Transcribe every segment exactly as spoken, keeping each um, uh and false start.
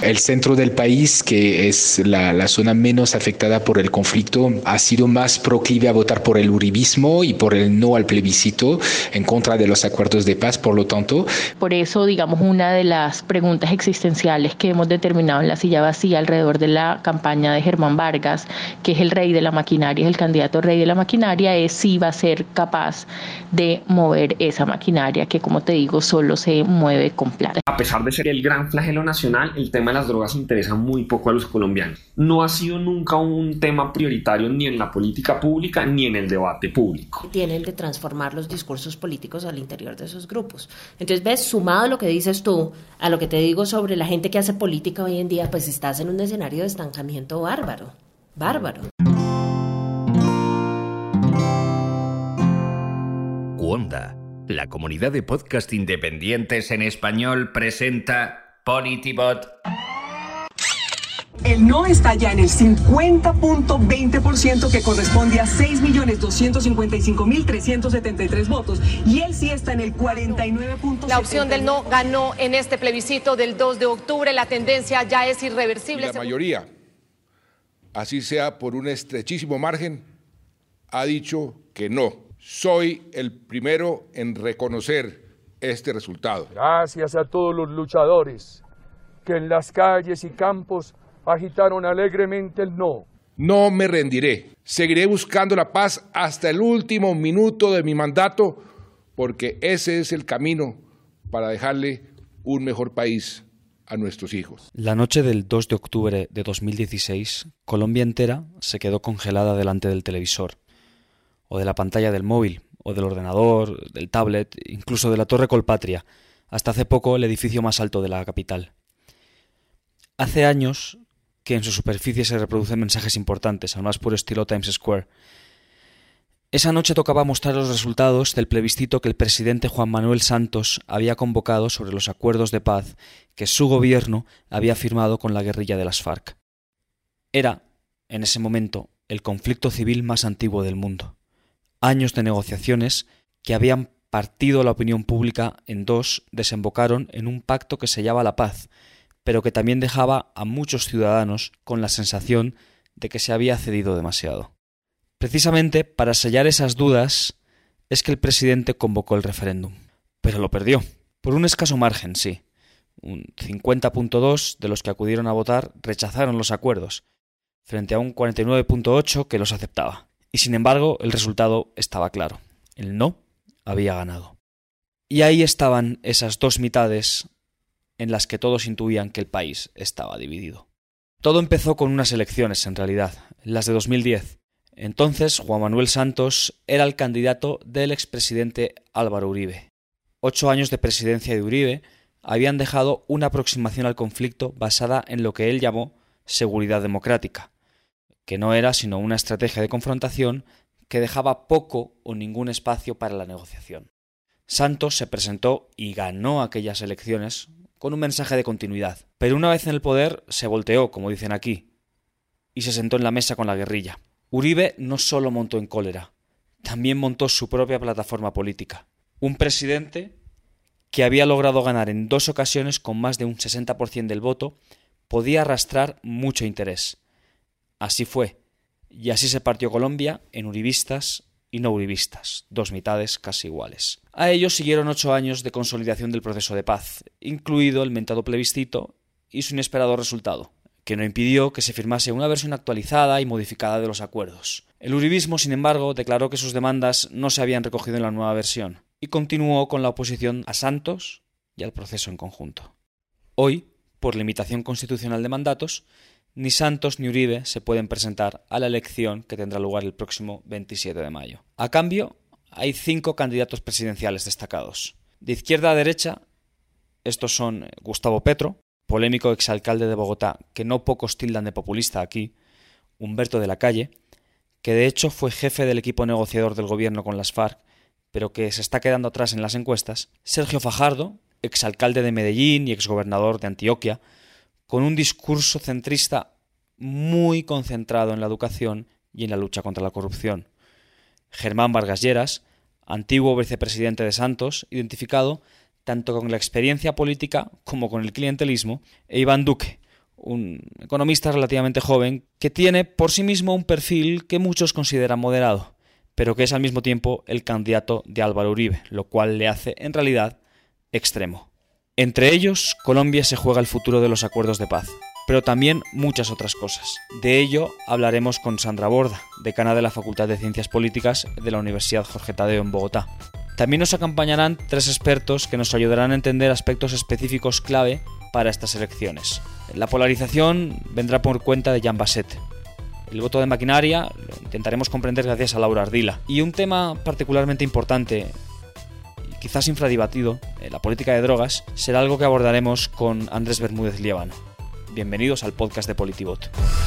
El centro del país, que es la, la zona menos afectada por el conflicto, ha sido más proclive a votar por el uribismo y por el no al plebiscito en contra de los acuerdos de paz, por lo tanto. Por eso, digamos, una de las preguntas existenciales que hemos determinado en la silla vacía alrededor de la campaña de Germán Vargas, que es el rey de la maquinaria, es el candidato rey de la maquinaria, es si va a ser capaz de mover esa maquinaria que, como te digo, solo se mueve con plata. A pesar de ser el gran flagelo nacional, el tema de las drogas interesa muy poco a los colombianos. No ha sido nunca un tema prioritario ni en la política pública ni en el debate público. Tienen de transformar los discursos políticos al interior de esos grupos. Entonces, ves, sumado a lo que dices tú, a lo que te digo sobre la gente que hace política hoy en día, pues estás en un escenario de estancamiento bárbaro, bárbaro. Cuonda, la comunidad de podcast independientes en español, presenta Politibot. El no está ya en el cincuenta punto veinte por ciento, que corresponde a seis millones doscientos cincuenta y cinco mil trescientos setenta y tres votos, y el sí está en el cuarenta y nueve punto setenta y nueve por ciento. La opción del no ganó en este plebiscito del dos de octubre, la tendencia ya es irreversible. La mayoría, así sea por un estrechísimo margen, ha dicho que no. Soy el primero en reconocer este resultado. Gracias a todos los luchadores que en las calles y campos agitaron alegremente el no. No me rendiré. Seguiré buscando la paz hasta el último minuto de mi mandato, porque ese es el camino para dejarle un mejor país a nuestros hijos. La noche del dos de octubre de dos mil dieciséis, Colombia entera se quedó congelada delante del televisor, o de la pantalla del móvil, o del ordenador, del tablet, incluso de la Torre Colpatria, hasta hace poco el edificio más alto de la capital. Hace años que en su superficie se reproducen mensajes importantes, al más puro estilo Times Square. Esa noche tocaba mostrar los resultados del plebiscito que el presidente Juan Manuel Santos había convocado sobre los acuerdos de paz que su gobierno había firmado con la guerrilla de las FARC. Era, en ese momento, el conflicto civil más antiguo del mundo. Años de negociaciones que habían partido la opinión pública en dos desembocaron en un pacto que sellaba la paz, pero que también dejaba a muchos ciudadanos con la sensación de que se había cedido demasiado. Precisamente para sellar esas dudas es que el presidente convocó el referéndum, pero lo perdió, por un escaso margen, sí. Un cincuenta punto dos de los que acudieron a votar rechazaron los acuerdos, frente a un cuarenta y nueve punto ocho que los aceptaba. Y sin embargo, el resultado estaba claro. El no había ganado. Y ahí estaban esas dos mitades en las que todos intuían que el país estaba dividido. Todo empezó con unas elecciones, en realidad, las de dos mil diez. Entonces, Juan Manuel Santos era el candidato del expresidente Álvaro Uribe. Ocho años de presidencia de Uribe habían dejado una aproximación al conflicto basada en lo que él llamó seguridad democrática, que no era sino una estrategia de confrontación que dejaba poco o ningún espacio para la negociación. Santos se presentó y ganó aquellas elecciones con un mensaje de continuidad, pero una vez en el poder se volteó, como dicen aquí, y se sentó en la mesa con la guerrilla. Uribe no solo montó en cólera, también montó su propia plataforma política. Un presidente que había logrado ganar en dos ocasiones con más de un sesenta por ciento del voto podía arrastrar mucho interés. Así fue, y así se partió Colombia en uribistas y no uribistas, dos mitades casi iguales. A ellos siguieron ocho años de consolidación del proceso de paz, incluido el mentado plebiscito y su inesperado resultado, que no impidió que se firmase una versión actualizada y modificada de los acuerdos. El uribismo, sin embargo, declaró que sus demandas no se habían recogido en la nueva versión y continuó con la oposición a Santos y al proceso en conjunto. Hoy, por limitación constitucional de mandatos, ni Santos ni Uribe se pueden presentar a la elección que tendrá lugar el próximo veintisiete de mayo. A cambio, hay cinco candidatos presidenciales destacados. De izquierda a derecha, estos son Gustavo Petro, polémico exalcalde de Bogotá, que no pocos tildan de populista aquí, Humberto de la Calle, que de hecho fue jefe del equipo negociador del gobierno con las FARC, pero que se está quedando atrás en las encuestas, Sergio Fajardo, exalcalde de Medellín y exgobernador de Antioquia, con un discurso centrista muy concentrado en la educación y en la lucha contra la corrupción. Germán Vargas Lleras, antiguo vicepresidente de Santos, identificado tanto con la experiencia política como con el clientelismo, e Iván Duque, un economista relativamente joven que tiene por sí mismo un perfil que muchos consideran moderado, pero que es al mismo tiempo el candidato de Álvaro Uribe, lo cual le hace, en realidad, extremo. Entre ellos, Colombia se juega el futuro de los acuerdos de paz, pero también muchas otras cosas. De ello hablaremos con Sandra Borda, decana de la Facultad de Ciencias Políticas de la Universidad Jorge Tadeo en Bogotá. También nos acompañarán tres expertos que nos ayudarán a entender aspectos específicos clave para estas elecciones. La polarización vendrá por cuenta de Jan Baset. El voto de maquinaria lo intentaremos comprender gracias a Laura Ardila. Y un tema particularmente importante, y quizás infradebatido, la política de drogas, será algo que abordaremos con Andrés Bermúdez Liébano. Bienvenidos al podcast de Politibot.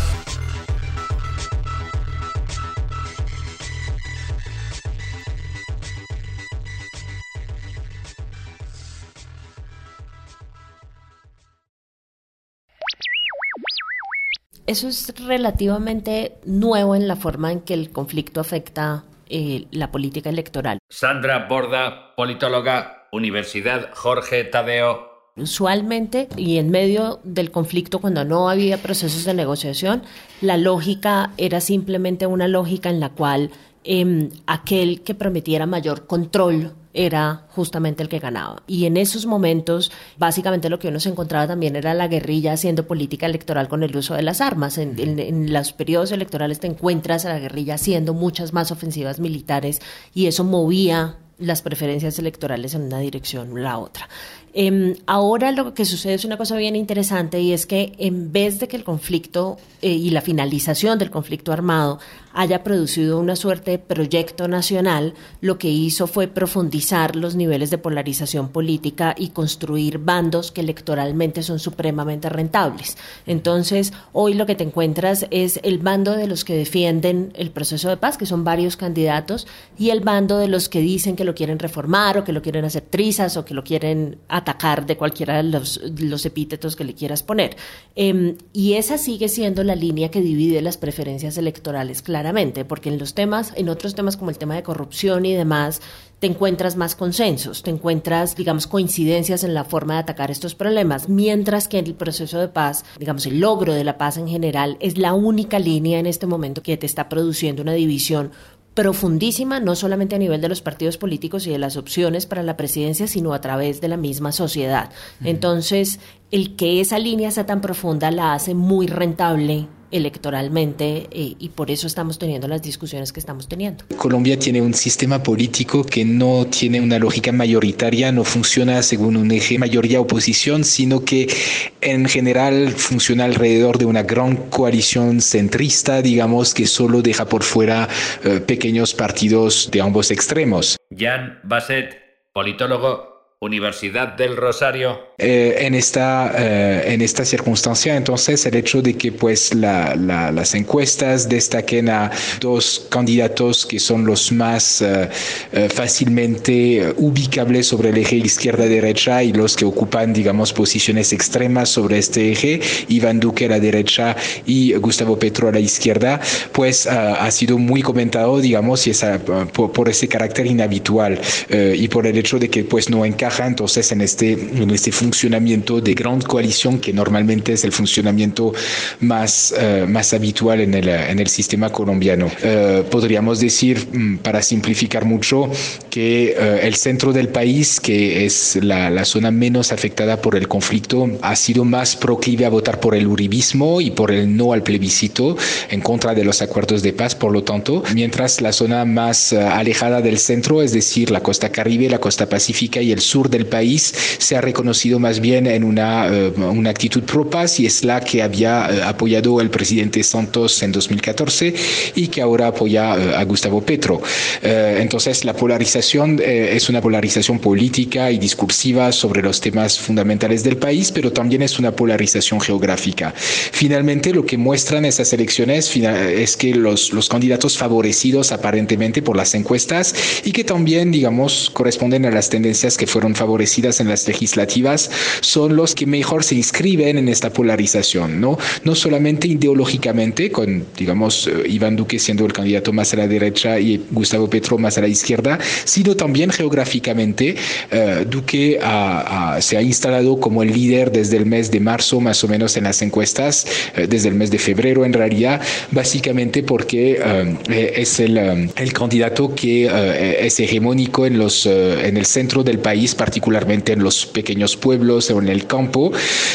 Eso es relativamente nuevo en la forma en que el conflicto afecta eh, la política electoral. Sandra Borda, politóloga, Universidad Jorge Tadeo. Usualmente, y en medio del conflicto, cuando no había procesos de negociación, la lógica era simplemente una lógica en la cual eh, aquel que prometiera mayor control era justamente el que ganaba. Y en esos momentos, básicamente lo que uno se encontraba también era la guerrilla haciendo política electoral con el uso de las armas. En, en, en los periodos electorales te encuentras a la guerrilla haciendo muchas más ofensivas militares y eso movía las preferencias electorales en una dirección o la otra. Eh, ahora lo que sucede es una cosa bien interesante y es que en vez de que el conflicto eh, y la finalización del conflicto armado haya producido una suerte de proyecto nacional, lo que hizo fue profundizar los niveles de polarización política y construir bandos que electoralmente son supremamente rentables. Entonces, hoy lo que te encuentras es el bando de los que defienden el proceso de paz, que son varios candidatos, y el bando de los que dicen que lo quieren reformar o que lo quieren hacer trizas o que lo quieren atacar de cualquiera de los, los epítetos que le quieras poner. Eh, y esa sigue siendo la línea que divide las preferencias electorales claramente, porque en los temas, en otros temas como el tema de corrupción y demás, te encuentras más consensos, te encuentras, digamos, coincidencias en la forma de atacar estos problemas, mientras que en el proceso de paz, digamos, el logro de la paz en general es la única línea en este momento que te está produciendo una división profundísima, no solamente a nivel de los partidos políticos y de las opciones para la presidencia, sino a través de la misma sociedad. Uh-huh. Entonces, el que esa línea sea tan profunda la hace muy rentable electoralmente eh, y por eso estamos teniendo las discusiones que estamos teniendo. Colombia tiene un sistema político que no tiene una lógica mayoritaria, no funciona según un eje mayoría-oposición, sino que en general funciona alrededor de una gran coalición centrista, digamos, que solo deja por fuera eh, pequeños partidos de ambos extremos. Jan Baset, politólogo, Universidad del Rosario. Eh, en esta eh, en esta circunstancia, entonces, el hecho de que pues la, la, las encuestas destaquen a dos candidatos que son los más eh, eh, fácilmente ubicables sobre el eje izquierda-derecha y los que ocupan, digamos, posiciones extremas sobre este eje, Iván Duque a la derecha y Gustavo Petro a la izquierda, pues uh, ha sido muy comentado, digamos, y esa, uh, por, por ese carácter inhabitual uh, y por el hecho de que pues no encaja entonces en este, en este funcionamiento de gran coalición que normalmente es el funcionamiento más, uh, más habitual en el, en el sistema colombiano. Uh, podríamos decir, para simplificar mucho, que uh, el centro del país, que es la, la zona menos afectada por el conflicto, ha sido más proclive a votar por el uribismo y por el no al plebiscito en contra de los acuerdos de paz, por lo tanto, mientras la zona más uh, alejada del centro, es decir, la costa caribe, la costa pacífica y el sur del país, se ha reconocido más bien en una, uh, una actitud pro paz y es la que había uh, apoyado el presidente Santos en dos mil catorce y que ahora apoya uh, a Gustavo Petro. Uh, entonces la polarización uh, es una polarización política y discursiva sobre los temas fundamentales del país, pero también es una polarización geográfica. Finalmente, lo que muestran esas elecciones es que los, los candidatos favorecidos aparentemente por las encuestas y que también, digamos, corresponden a las tendencias que fueron fueron favorecidas en las legislativas son los que mejor se inscriben en esta polarización, ¿no? No solamente ideológicamente, con, digamos, Iván Duque siendo el candidato más a la derecha y Gustavo Petro más a la izquierda, sino también geográficamente. Uh, Duque ha, ha, se ha instalado como el líder desde el mes de marzo, más o menos en las encuestas, uh, desde el mes de febrero en realidad, básicamente porque uh, es el, um, el candidato que uh, es hegemónico en, los, uh, en el centro del país, particularmente en los pequeños pueblos o en el campo,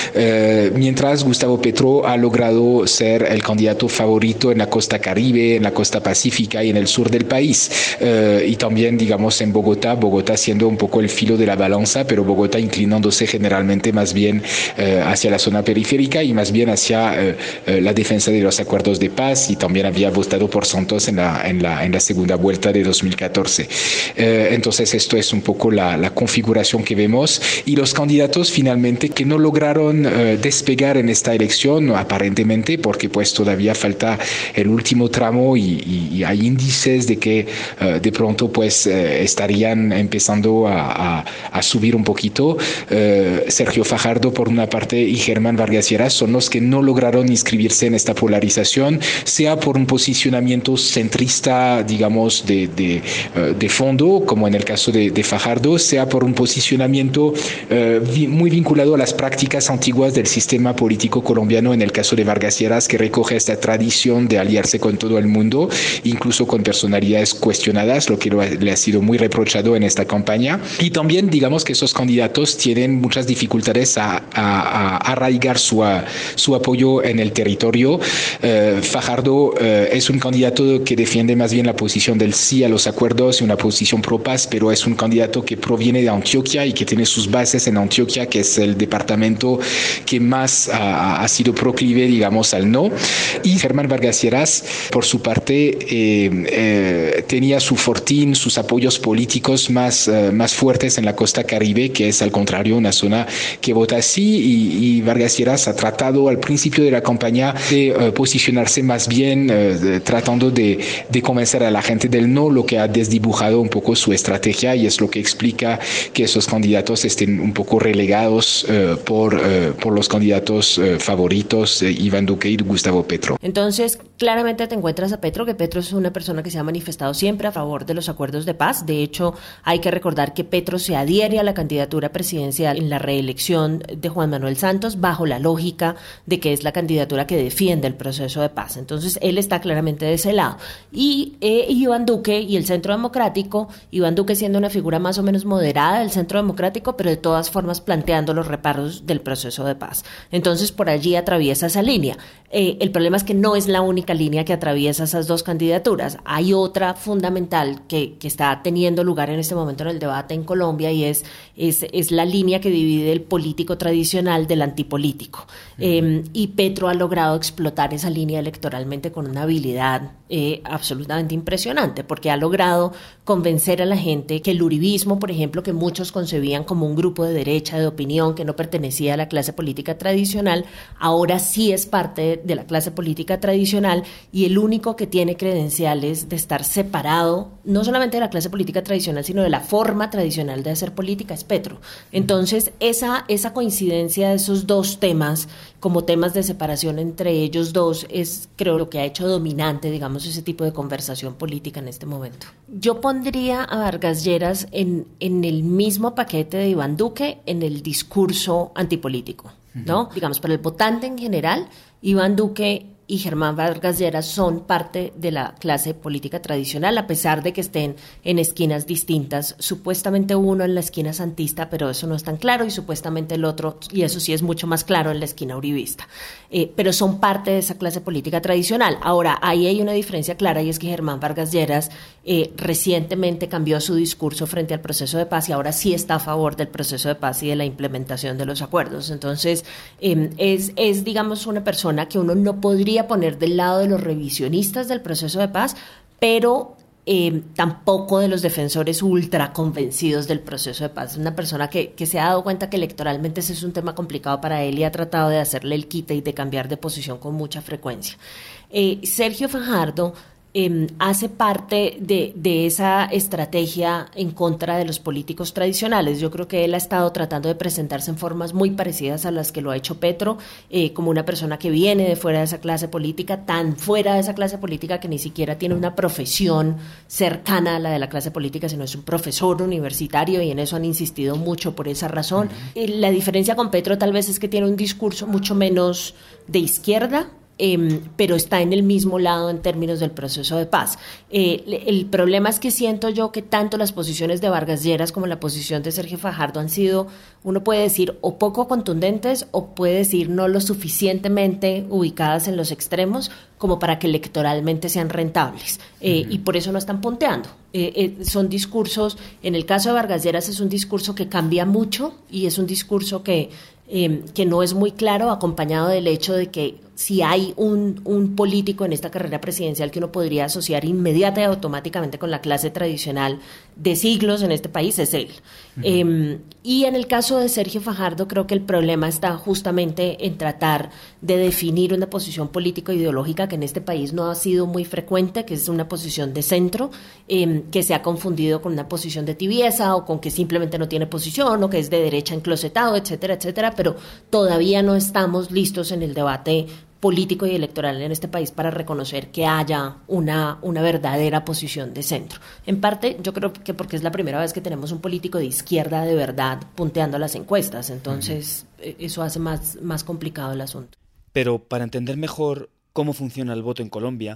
uh, mientras Gustavo Petro ha logrado ser el candidato favorito en la costa caribe, en la costa pacífica y en el sur del país. Uh, y también, digamos, en Bogotá, Bogotá siendo un poco el filo de la balanza, pero Bogotá inclinándose generalmente más bien uh, hacia la zona periférica y más bien hacia uh, uh, la defensa de los acuerdos de paz, y también había votado por Santos en la, en la, en la segunda vuelta de dos mil catorce. Uh, entonces esto es un poco la, la configuración que vemos, y los candidatos finalmente que no lograron uh, despegar en esta elección, aparentemente, porque pues todavía falta el último tramo y, y, y hay índices de que uh, de pronto pues uh, estarían empezando a, a, a subir un poquito. Uh, Sergio Fajardo por una parte y Germán Vargas Lleras son los que no lograron inscribirse en esta polarización, sea por un posicionamiento centrista, digamos, de, de, uh, de fondo, como en el caso de, de Fajardo, sea por un posicionamiento uh, vi, muy vinculado a las prácticas antiguas del sistema político colombiano, en el caso de Vargas Lleras, que recoge esta tradición de aliarse con todo el mundo, incluso con personalidades cuestionadas, lo que lo ha, le ha sido muy reprochado en esta campaña. Y también, digamos, que esos candidatos tienen muchas dificultades a, a, a arraigar su, a, su apoyo en el territorio. Uh, Fajardo uh, es un candidato que defiende más bien la posición del sí a los acuerdos y una posición pro paz, pero es un candidato que proviene de Antioquia y que tiene sus bases en Antioquia, que es el departamento que más ha, ha sido proclive, digamos, al no. Y Germán Vargas Lleras, por su parte, eh, eh, tenía su fortín, sus apoyos políticos más, uh, más fuertes en la costa caribe, que es al contrario una zona que vota así, y, y Vargas Lleras ha tratado al principio de la campaña de uh, posicionarse más bien uh, de, tratando de, de convencer a la gente del no, lo que ha desdibujado un poco su estrategia, y es lo que explica que esos candidatos estén un poco relegados uh, por, uh, por los candidatos uh, favoritos, uh, Iván Duque y Gustavo Petro. Entonces, claramente te encuentras a Petro, que Petro es una persona que se ha manifestado siempre a favor de los acuerdos de paz. De hecho, hay que recordar que Petro se adhiere a la candidatura presidencial en la reelección de Juan Manuel Santos bajo la lógica de que es la candidatura que defiende el proceso de paz. Entonces, él está claramente de ese lado. Y eh, Iván Duque y el Centro Democrático, Iván Duque siendo una figura más o menos moderada del Centro Democrático, pero de todas formas planteando los reparos del proceso de paz. Entonces, por allí atraviesa esa línea. Eh, el problema es que no es la única línea que atraviesa esas dos candidaturas. Hay otra fundamental que, que está teniendo lugar en este momento en el debate en Colombia, y es, es, es la línea que divide el político tradicional del antipolítico. Uh-huh. Eh, y Petro ha logrado explotar esa línea electoralmente con una habilidad eh, absolutamente impresionante, porque ha logrado convencer a la gente que el uribismo, por ejemplo, que muchos concebían como un grupo de derecha, de opinión, que no pertenecía a la clase política tradicional, ahora sí es parte de la clase política tradicional, y el único que tiene credenciales de estar separado, no solamente de la clase política tradicional, sino de la forma tradicional de hacer política, es Petro. Entonces, esa, esa coincidencia de esos dos temas, como temas de separación entre ellos dos, es, creo, lo que ha hecho dominante, digamos, ese tipo de conversación política en este momento. Yo pondría a Vargas Lleras en, en el mismo paquete de Iván Duque en el discurso antipolítico, ¿no? Uh-huh. Digamos, para el votante en general, Iván Duque y Germán Vargas Lleras son parte de la clase política tradicional, a pesar de que estén en esquinas distintas, supuestamente uno en la esquina santista, pero eso no es tan claro, y supuestamente el otro, y eso sí es mucho más claro, en la esquina uribista. Eh, pero son parte de esa clase política tradicional. Ahora, ahí hay una diferencia clara, y es que Germán Vargas Lleras eh, recientemente cambió su discurso frente al proceso de paz, y ahora sí está a favor del proceso de paz y de la implementación de los acuerdos. Entonces, eh, es, es, digamos, una persona que uno no podría poner del lado de los revisionistas del proceso de paz, pero eh, tampoco de los defensores ultra convencidos del proceso de paz. Es una persona que, que se ha dado cuenta que electoralmente ese es un tema complicado para él, y ha tratado de hacerle el quite y de cambiar de posición con mucha frecuencia. Eh, Sergio Fajardo eh, hace parte de, de esa estrategia en contra de los políticos tradicionales. Yo creo que él ha estado tratando de presentarse en formas muy parecidas a las que lo ha hecho Petro, eh, como una persona que viene de fuera de esa clase política, tan fuera de esa clase política que ni siquiera tiene una profesión cercana a la de la clase política, sino es un profesor universitario, y en eso han insistido mucho por esa razón. Uh-huh. La diferencia con Petro tal vez es que tiene un discurso mucho menos de izquierda, Eh, pero está en el mismo lado en términos del proceso de paz. Eh, el problema es que siento yo que tanto las posiciones de Vargas Lleras como la posición de Sergio Fajardo han sido, uno puede decir, o poco contundentes, o puede decir no lo suficientemente ubicadas en los extremos como para que electoralmente sean rentables. Eh, uh-huh. Y por eso no están punteando. Eh, eh, son discursos, en el caso de Vargas Lleras es un discurso que cambia mucho y es un discurso que, eh, que no es muy claro, acompañado del hecho de que si hay un, un político en esta carrera presidencial que uno podría asociar inmediata y automáticamente con la clase tradicional de siglos en este país, es él. Uh-huh. Eh, y en el caso de Sergio Fajardo, creo que el problema está justamente en tratar de definir una posición político-ideológica que en este país no ha sido muy frecuente, que es una posición de centro, eh, que se ha confundido con una posición de tibieza o con que simplemente no tiene posición o que es de derecha enclosetado, etcétera, etcétera, pero todavía no estamos listos en el debate político y electoral en este país para reconocer que haya una, una verdadera posición de centro. En parte, yo creo que porque es la primera vez que tenemos un político de izquierda de verdad punteando las encuestas, entonces uh-huh. eso hace más, más complicado el asunto. Pero para entender mejor cómo funciona el voto en Colombia,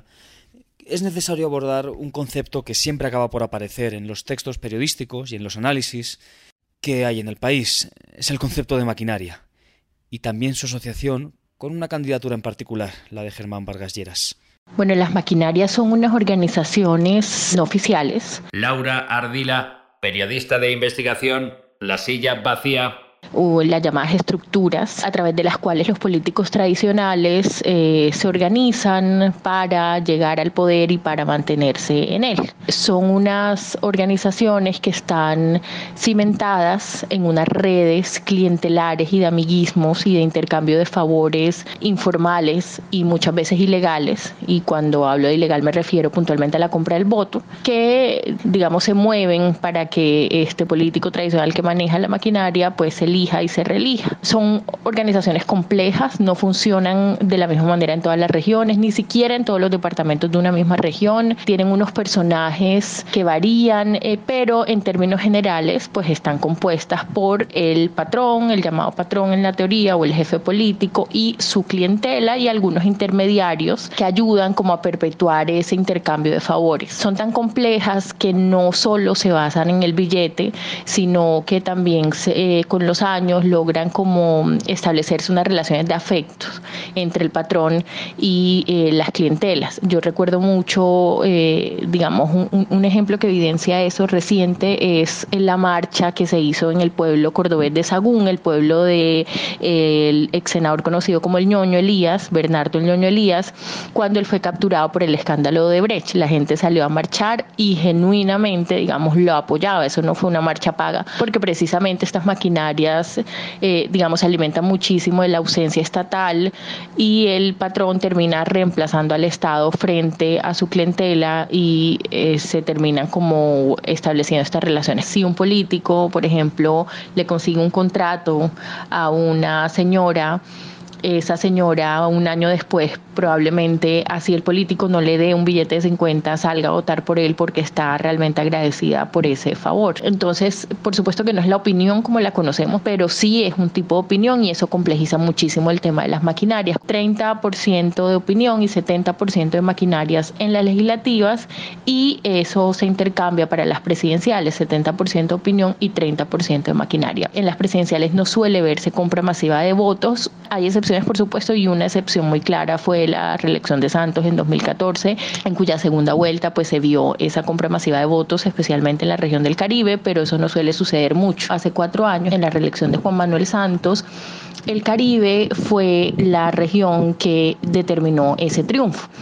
es necesario abordar un concepto que siempre acaba por aparecer en los textos periodísticos y en los análisis que hay en el país. Es el concepto de maquinaria y también su asociación con una candidatura en particular, la de Germán Vargas Lleras. Bueno, las maquinarias son unas organizaciones no oficiales. Laura Ardila, periodista de investigación, La Silla Vacía. O las llamadas estructuras a través de las cuales los políticos tradicionales eh, se organizan para llegar al poder y para mantenerse en él. Son unas organizaciones que están cimentadas en unas redes clientelares y de amiguismos y de intercambio de favores informales y muchas veces ilegales, y cuando hablo de ilegal me refiero puntualmente a la compra del voto, que digamos se mueven para que este político tradicional que maneja la maquinaria pues se elija y se reelija. Son organizaciones complejas, no funcionan de la misma manera en todas las regiones, ni siquiera en todos los departamentos de una misma región. Tienen unos personajes que varían, eh, pero en términos generales pues están compuestas por el patrón, el llamado patrón en la teoría, o el jefe político y su clientela y algunos intermediarios que ayudan como a perpetuar ese intercambio de favores. Son tan complejas que no solo se basan en el billete, sino que también se, eh, con los años logran como establecerse unas relaciones de afectos entre el patrón y eh, las clientelas. Yo recuerdo mucho, eh, digamos, un, un ejemplo que evidencia eso reciente es en la marcha que se hizo en el pueblo cordobés de Sagún, el pueblo del de, ex senador conocido como el Ñoño Elías, Bernardo el Ñoño Elías, cuando él fue capturado por el escándalo de Brecht. La gente salió a marchar y genuinamente, digamos, lo apoyaba. Eso no fue una marcha paga, porque precisamente estas maquinarias Eh, digamos, alimentan muchísimo de la ausencia estatal y el patrón termina reemplazando al Estado frente a su clientela y eh, se terminan como estableciendo estas relaciones. Si un político, por ejemplo, le consigue un contrato a una señora, esa señora un año después probablemente, así el político no le dé un billete de cincuenta, salga a votar por él porque está realmente agradecida por ese favor. Entonces, por supuesto que no es la opinión como la conocemos, pero sí es un tipo de opinión y eso complejiza muchísimo el tema de las maquinarias. treinta por ciento de opinión y setenta por ciento de maquinarias en las legislativas, y eso se intercambia para las presidenciales, setenta por ciento de opinión y treinta por ciento de maquinaria. En las presidenciales no suele verse compra masiva de votos, hay excepciones por supuesto, y una excepción muy clara fue la reelección de Santos en dos mil catorce, en cuya segunda vuelta pues se vio esa compra masiva de votos, especialmente en la región del Caribe, pero eso no suele suceder mucho. Hace cuatro años, en la reelección de Juan Manuel Santos, el Caribe fue la región que determinó ese triunfo.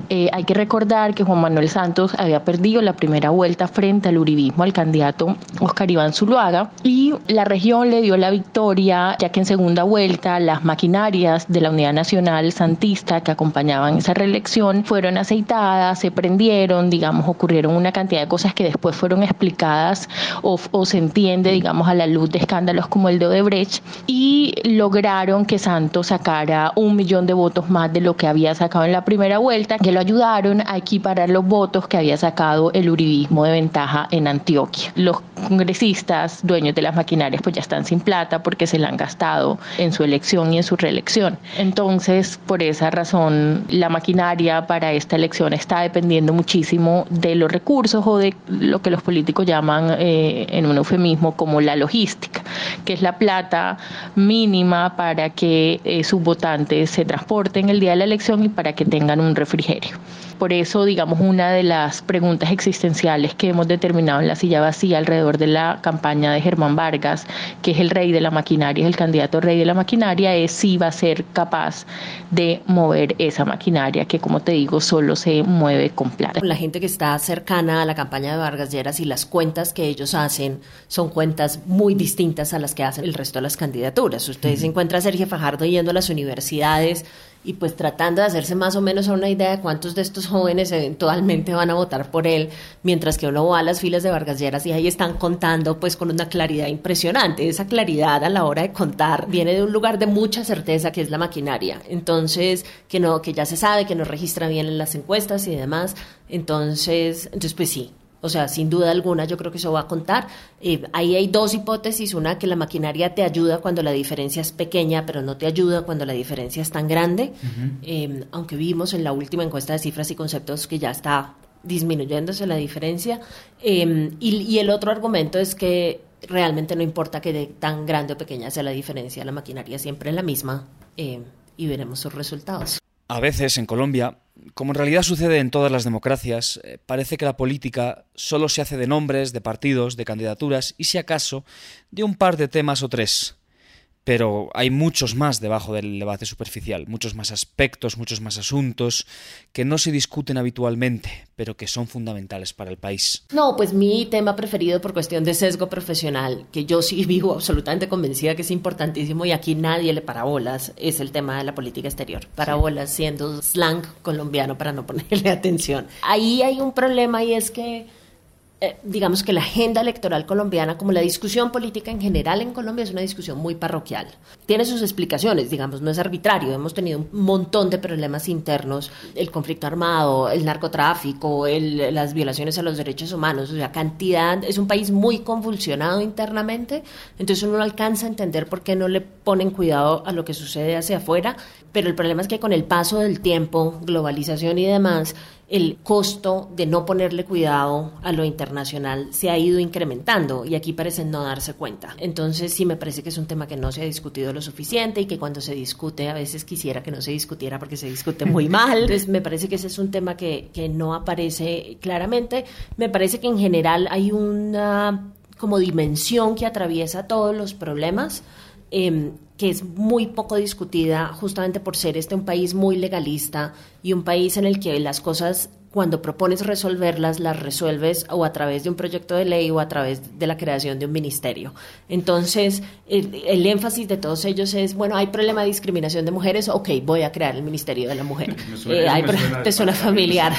Eh, hay que recordar que Juan Manuel Santos había perdido la primera vuelta frente al uribismo, al candidato Óscar Iván Zuluaga, y la región le dio la victoria, ya que en segunda vuelta las maquinarias de la Unidad Nacional Santista que acompañaban esa reelección fueron aceitadas, se prendieron, digamos, ocurrieron una cantidad de cosas que después fueron explicadas o, o se entiende, digamos, a la luz de escándalos como el de Odebrecht, y lograron que Santos sacara un millón de votos más de lo que había sacado en la primera vuelta, que lo ayudaron a equiparar los votos que había sacado el uribismo de ventaja en Antioquia. Los congresistas, dueños de las maquinarias, pues ya están sin plata porque se la han gastado en su elección y en su reelección. Entonces, por esa razón, la maquinaria para esta elección está dependiendo muchísimo de los recursos o de lo que los políticos llaman, eh, en un eufemismo, como la logística, que es la plata mínima para que eh, sus votantes se transporten el día de la elección y para que tengan un refrigerio. Por eso, digamos, una de las preguntas existenciales que hemos determinado en la silla vacía alrededor de la campaña de Germán Vargas, que es el rey de la maquinaria, es el candidato rey de la maquinaria, es si va a ser capaz de mover esa maquinaria, que, como te digo, solo se mueve con plata. La gente que está cercana a la campaña de Vargas Lleras y las cuentas que ellos hacen son cuentas muy distintas a las que hacen el resto de las candidaturas. Ustedes uh-huh. encuentran a Sergio Fajardo yendo a las universidades y pues tratando de hacerse más o menos una idea de cuántos de estos jóvenes eventualmente van a votar por él, mientras que uno va a las filas de Vargas Lleras y ahí están contando pues con una claridad impresionante. Esa claridad a la hora de contar viene de un lugar de mucha certeza, que es la maquinaria. Entonces, que no, que ya se sabe, que no registra bien en las encuestas y demás. Entonces, entonces pues sí. O sea, sin duda alguna, yo creo que eso va a contar. Eh, ahí hay dos hipótesis. Una, que la maquinaria te ayuda cuando la diferencia es pequeña, pero no te ayuda cuando la diferencia es tan grande. Uh-huh. Eh, aunque vimos en la última encuesta de cifras y conceptos que ya está disminuyéndose la diferencia. Eh, y, y el otro argumento es que realmente no importa que de tan grande o pequeña sea la diferencia, la maquinaria siempre es la misma, eh, y veremos sus resultados. A veces, en Colombia, como en realidad sucede en todas las democracias, eh, parece que la política solo se hace de nombres, de partidos, de candidaturas y, si acaso, de un par de temas o tres. Pero hay muchos más debajo del debate superficial, muchos más aspectos, muchos más asuntos que no se discuten habitualmente, pero que son fundamentales para el país. No, pues mi tema preferido por cuestión de sesgo profesional, que yo sí vivo absolutamente convencida que es importantísimo y aquí nadie le para bolas, es el tema de la política exterior. Para bolas siendo slang colombiano para no ponerle atención. Ahí hay un problema y es que Eh, digamos que la agenda electoral colombiana, como la discusión política en general en Colombia, es una discusión muy parroquial. Tiene sus explicaciones, digamos, no es arbitrario. Hemos tenido un montón de problemas internos, el conflicto armado, el narcotráfico, el, las violaciones a los derechos humanos, o sea, cantidad. Es un país muy convulsionado internamente, entonces uno no alcanza a entender por qué no le ponen cuidado a lo que sucede hacia afuera, pero el problema es que con el paso del tiempo, globalización y demás, el costo de no ponerle cuidado a lo internacional se ha ido incrementando y aquí parecen no darse cuenta. Entonces sí me parece que es un tema que no se ha discutido lo suficiente y que cuando se discute a veces quisiera que no se discutiera porque se discute muy mal. Entonces me parece que ese es un tema que, que no aparece claramente. Me parece que en general hay una como dimensión que atraviesa todos los problemas, eh, que es muy poco discutida justamente por ser este un país muy legalista y un país en el que las cosas, cuando propones resolverlas, las resuelves o a través de un proyecto de ley o a través de la creación de un ministerio. Entonces, el, el énfasis de todos ellos es, bueno, hay problema de discriminación de mujeres, ok, voy a crear el Ministerio de la Mujer. Suena, eh, hay, suena te suena familiar.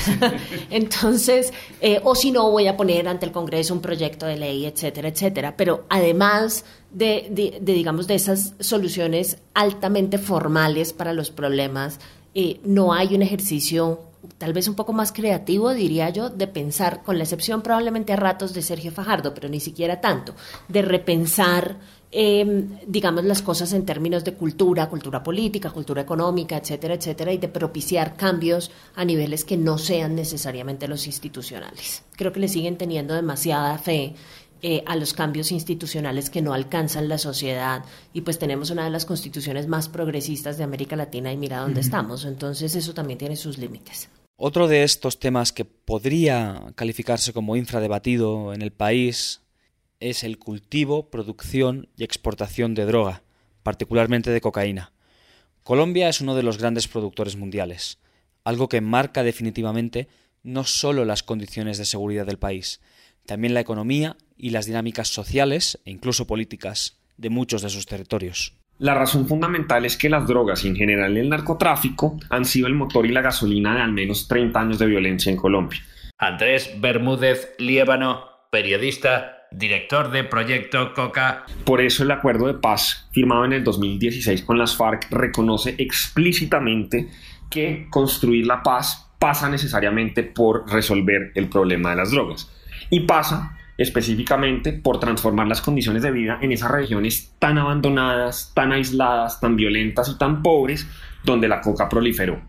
Entonces, eh, o si no, voy a poner ante el Congreso un proyecto de ley, etcétera, etcétera. Pero además de, de, de digamos, de esas soluciones altamente formales para los problemas, eh, no hay un ejercicio tal vez un poco más creativo, diría yo, de pensar, con la excepción probablemente a ratos de Sergio Fajardo, pero ni siquiera tanto, de repensar, eh, digamos, las cosas en términos de cultura, cultura política, cultura económica, etcétera, etcétera, y de propiciar cambios a niveles que no sean necesariamente los institucionales. Creo que le siguen teniendo demasiada fe Eh, a los cambios institucionales que no alcanzan la sociedad y pues tenemos una de las constituciones más progresistas de América Latina y mira dónde uh-huh. estamos, entonces eso también tiene sus límites. Otro de estos temas que podría calificarse como infradebatido en el país es el cultivo, producción y exportación de droga, particularmente de cocaína. Colombia es uno de los grandes productores mundiales. algo que marca definitivamente no solo las condiciones de seguridad del país, también la economía y las dinámicas sociales e incluso políticas de muchos de sus territorios. La razón fundamental es que las drogas y en general el narcotráfico han sido el motor y la gasolina de al menos treinta años de violencia en Colombia. Andrés Bermúdez Liébano, periodista, director de Proyecto Coca. Por eso el acuerdo de paz firmado en el dos mil dieciséis con las FARC reconoce explícitamente que construir la paz pasa necesariamente por resolver el problema de las drogas y pasa específicamente por transformar las condiciones de vida en esas regiones tan abandonadas, tan aisladas, tan violentas y tan pobres donde la coca proliferó.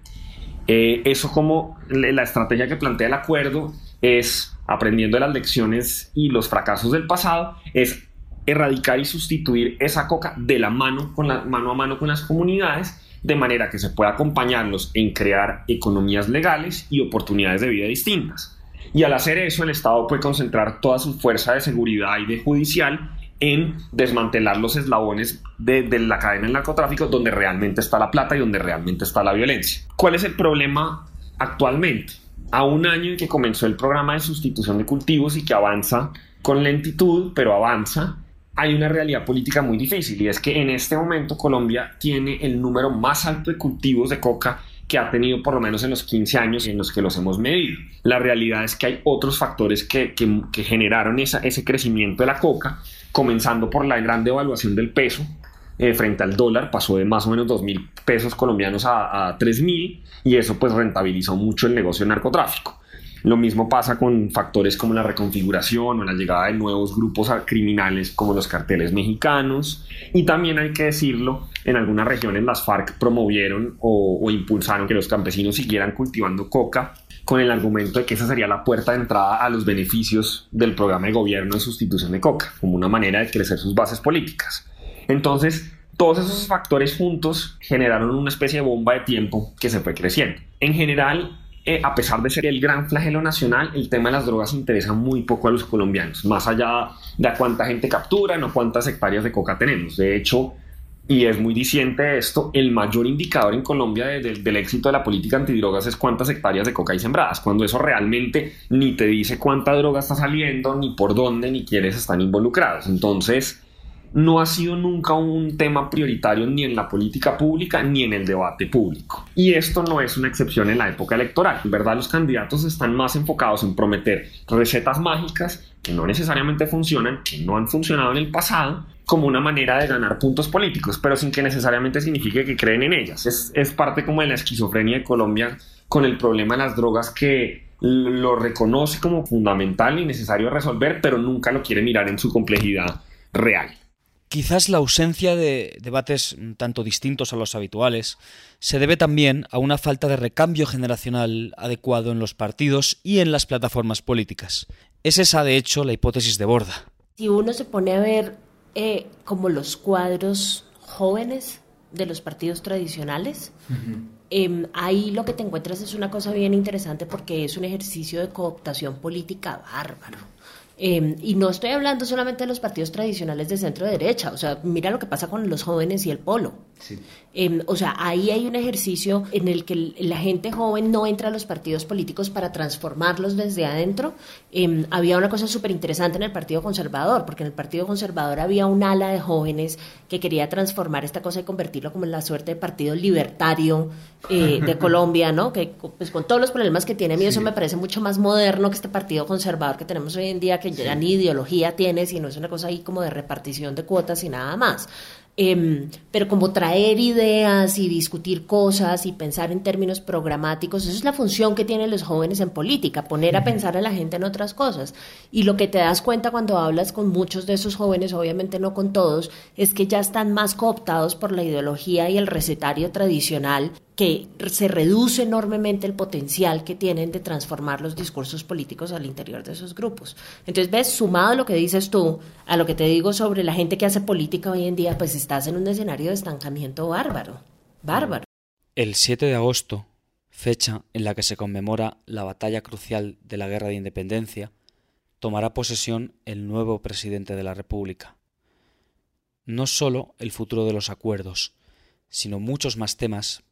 Eh, eso como la estrategia que plantea el acuerdo es, aprendiendo de las lecciones y los fracasos del pasado, es erradicar y sustituir esa coca de la mano, con la, mano a mano con las comunidades, de manera que se pueda acompañarlos en crear economías legales y oportunidades de vida distintas. Y al hacer eso, el Estado puede concentrar toda su fuerza de seguridad y de judicial en desmantelar los eslabones de, de la cadena del narcotráfico donde realmente está la plata y donde realmente está la violencia. ¿Cuál es el problema actualmente? A un año en que comenzó el programa de sustitución de cultivos y que avanza con lentitud, pero avanza, hay una realidad política muy difícil y es que en este momento Colombia tiene el número más alto de cultivos de coca que ha tenido por lo menos en los quince años en los que los hemos medido. La realidad es que hay otros factores que, que, que generaron esa, ese crecimiento de la coca, comenzando por la gran devaluación del peso eh, frente al dólar, pasó de más o menos dos mil pesos colombianos a, a tres mil y eso pues rentabilizó mucho el negocio del narcotráfico. Lo mismo pasa con factores como la reconfiguración o la llegada de nuevos grupos criminales como los carteles mexicanos. Y también hay que decirlo, en algunas regiones las FARC promovieron o, o impulsaron que los campesinos siguieran cultivando coca con el argumento de que esa sería la puerta de entrada a los beneficios del programa de gobierno de sustitución de coca, como una manera de crecer sus bases políticas. Entonces, todos esos factores juntos generaron una especie de bomba de tiempo que se fue creciendo. En general, Eh, a pesar de ser el gran flagelo nacional, el tema de las drogas interesa muy poco a los colombianos, más allá de a cuánta gente capturan o cuántas hectáreas de coca tenemos. De hecho, y es muy diciente esto, el mayor indicador en Colombia de, de, del éxito de la política antidrogas es cuántas hectáreas de coca hay sembradas, cuando eso realmente ni te dice cuánta droga está saliendo, ni por dónde, ni quiénes están involucrados. Entonces, no ha sido nunca un tema prioritario ni en la política pública ni en el debate público. Y esto no es una excepción en la época electoral. En verdad, los candidatos están más enfocados en prometer recetas mágicas que no necesariamente funcionan, que no han funcionado en el pasado, como una manera de ganar puntos políticos, pero sin que necesariamente signifique que creen en ellas. Es, es parte como de la esquizofrenia de Colombia con el problema de las drogas, que lo reconoce como fundamental y necesario de resolver, pero nunca lo quiere mirar en su complejidad real. Quizás la ausencia de debates tanto distintos a los habituales se debe también a una falta de recambio generacional adecuado en los partidos y en las plataformas políticas. Es esa, de hecho, la hipótesis de Borda. Si uno se pone a ver eh, como los cuadros jóvenes de los partidos tradicionales, uh-huh. eh, ahí lo que te encuentras es una cosa bien interesante porque es un ejercicio de cooptación política bárbaro. Eh, y no estoy hablando solamente de los partidos tradicionales de centro derecha, o sea, mira lo que pasa con los jóvenes y el polo. Sí. Eh, o sea, ahí hay un ejercicio en el que la gente joven no entra a los partidos políticos para transformarlos desde adentro. Eh, había una cosa súper interesante en el Partido Conservador, porque en el Partido Conservador había un ala de jóvenes que quería transformar esta cosa y convertirlo como en la suerte de partido libertario eh, de Colombia, ¿no? Que pues con todos los problemas que tiene, a mí sí. Eso me parece mucho más moderno que este Partido Conservador que tenemos hoy en día, que ya ni ideología tiene, sino es una cosa ahí como de repartición de cuotas y nada más. Eh, pero como traer ideas y discutir cosas y pensar en términos programáticos, eso es la función que tienen los jóvenes en política, poner a pensar a la gente en otras cosas. Y lo que te das cuenta cuando hablas con muchos de esos jóvenes, obviamente no con todos, es que ya están más cooptados por la ideología y el recetario tradicional, que se reduce enormemente el potencial que tienen de transformar los discursos políticos al interior de esos grupos. Entonces, ves, sumado a lo que dices tú, a lo que te digo sobre la gente que hace política hoy en día, pues estás en un escenario de estancamiento bárbaro, bárbaro. El siete de agosto, fecha en la que se conmemora la batalla crucial de la Guerra de Independencia, tomará posesión el nuevo presidente de la República. No solo el futuro de los acuerdos, sino muchos más temas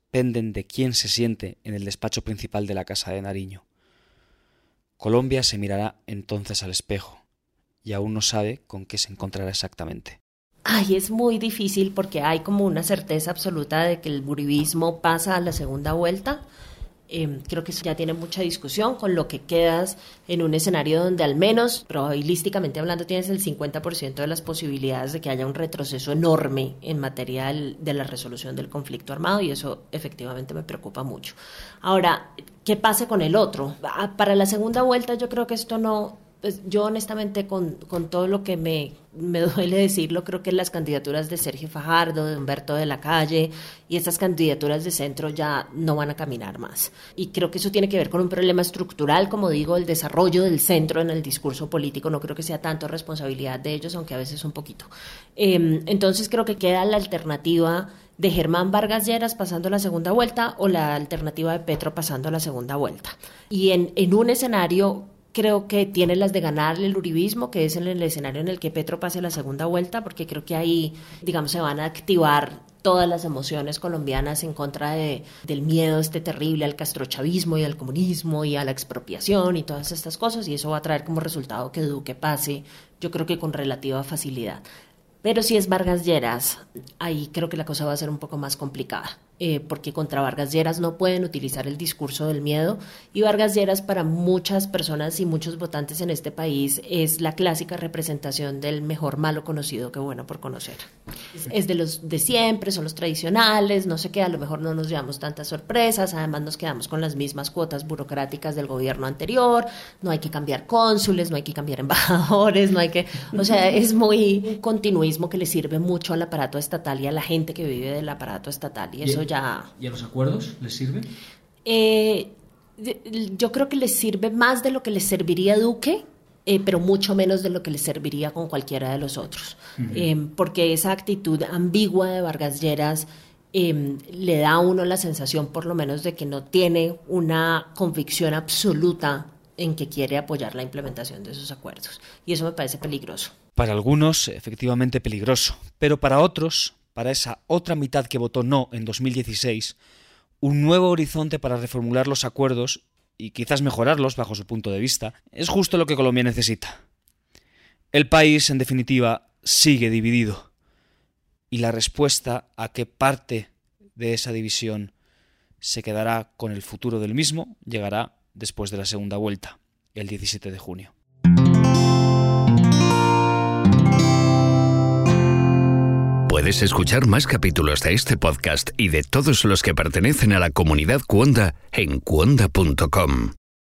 penden de quién se siente en el despacho principal de la Casa de Nariño. Colombia se mirará entonces al espejo y aún no sabe con qué se encontrará exactamente. Ay, es muy difícil porque hay como una certeza absoluta de que el uribismo pasa a la segunda vuelta. Eh, creo que eso ya tiene mucha discusión, con lo que quedas en un escenario donde al menos, probabilísticamente hablando, tienes el cincuenta por ciento de las posibilidades de que haya un retroceso enorme en materia del, de la resolución del conflicto armado, y eso efectivamente me preocupa mucho. Ahora, ¿qué pase con el otro? Para la segunda vuelta yo creo que esto no... Pues yo honestamente con, con todo lo que me, me duele decirlo, creo que las candidaturas de Sergio Fajardo, de Humberto de la Calle y estas candidaturas de centro ya no van a caminar más. Y creo que eso tiene que ver con un problema estructural, como digo, el desarrollo del centro en el discurso político. No creo que sea tanto responsabilidad de ellos, aunque a veces un poquito. Eh, entonces creo que queda la alternativa de Germán Vargas Lleras pasando la segunda vuelta o la alternativa de Petro pasando la segunda vuelta. Y en, en un escenario... creo que tiene las de ganar el uribismo, que es en el escenario en el que Petro pase la segunda vuelta, porque creo que ahí, digamos, se van a activar todas las emociones colombianas en contra de, del miedo este terrible al castrochavismo y al comunismo y a la expropiación y todas estas cosas, y eso va a traer como resultado que Duque pase, yo creo que con relativa facilidad. Pero si es Vargas Lleras, ahí creo que la cosa va a ser un poco más complicada. Eh, porque contra Vargas Lleras no pueden utilizar el discurso del miedo, y Vargas Lleras para muchas personas y muchos votantes en este país es la clásica representación del mejor malo conocido que bueno por conocer. Es, es de los de siempre, son los tradicionales, no sé qué, a lo mejor no nos llevamos tantas sorpresas, además nos quedamos con las mismas cuotas burocráticas del gobierno anterior, no hay que cambiar cónsules, no hay que cambiar embajadores, no hay que, o sea, es muy un continuismo que le sirve mucho al aparato estatal y a la gente que vive del aparato estatal, y eso ya... ¿Y a los acuerdos les sirve? Eh, yo creo que les sirve más de lo que les serviría a Duque, eh, pero mucho menos de lo que les serviría con cualquiera de los otros. Uh-huh. Eh, porque esa actitud ambigua de Vargas Lleras eh, le da a uno la sensación, por lo menos, de que no tiene una convicción absoluta en que quiere apoyar la implementación de esos acuerdos. Y eso me parece peligroso. Para algunos, efectivamente peligroso, pero para otros... para esa otra mitad que votó no en dos mil dieciséis, un nuevo horizonte para reformular los acuerdos y quizás mejorarlos bajo su punto de vista, es justo lo que Colombia necesita. El país, en definitiva, sigue dividido, y la respuesta a qué parte de esa división se quedará con el futuro del mismo llegará después de la segunda vuelta, el diecisiete de junio. Puedes escuchar más capítulos de este podcast y de todos los que pertenecen a la comunidad Cuonda en cuonda punto com.